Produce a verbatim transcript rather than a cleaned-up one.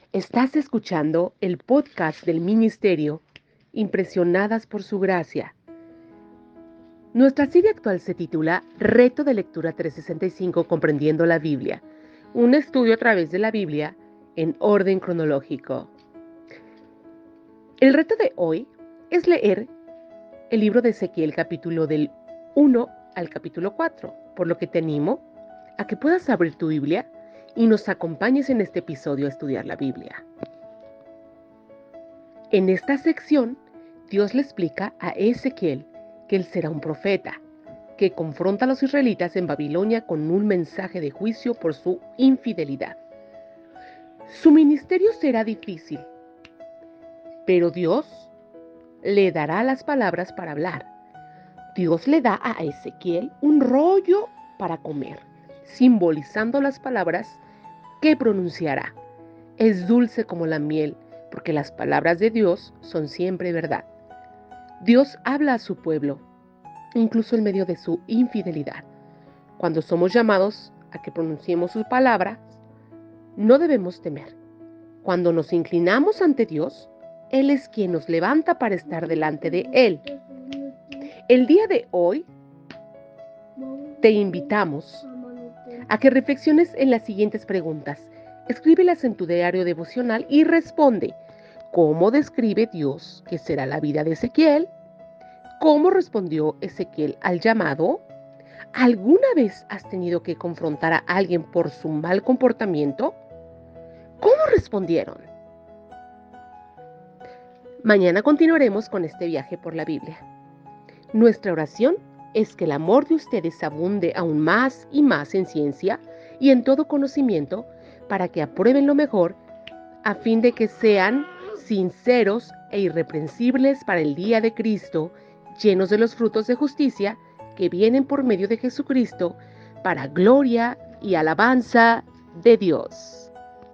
Estás escuchando el podcast del Ministerio Impresionadas por su Gracia. Nuestra serie actual se titula Reto de Lectura trescientos sesenta y cinco Comprendiendo la Biblia, un estudio a través de la Biblia en orden cronológico. El reto de hoy es leer el libro de Ezequiel capítulo del uno al capítulo cuatro, por lo que te animo a que puedas abrir tu Biblia y nos acompañes en este episodio a estudiar la Biblia. En esta sección, Dios le explica a Ezequiel que él será un profeta, que confronta a los israelitas en Babilonia con un mensaje de juicio por su infidelidad. Su ministerio será difícil, pero Dios le dará las palabras para hablar. Dios le da a Ezequiel un rollo para comer, simbolizando las palabras que pronunciará. Es dulce como la miel, porque las palabras de Dios son siempre verdad. Dios habla a su pueblo, incluso en medio de su infidelidad. Cuando somos llamados a que pronunciemos sus palabras, no debemos temer. Cuando nos inclinamos ante Dios, Él es quien nos levanta para estar delante de Él. El día de hoy, te invitamos a que reflexiones en las siguientes preguntas. Escríbelas en tu diario devocional y responde: ¿cómo describe Dios que será la vida de Ezequiel? ¿Cómo respondió Ezequiel al llamado? ¿Alguna vez has tenido que confrontar a alguien por su mal comportamiento? ¿Cómo respondieron? Mañana continuaremos con este viaje por la Biblia. Nuestra oración es que el amor de ustedes abunde aún más y más en ciencia y en todo conocimiento, para que aprueben lo mejor, a fin de que sean sinceros e irreprensibles para el día de Cristo, llenos de los frutos de justicia que vienen por medio de Jesucristo, para gloria y alabanza de Dios.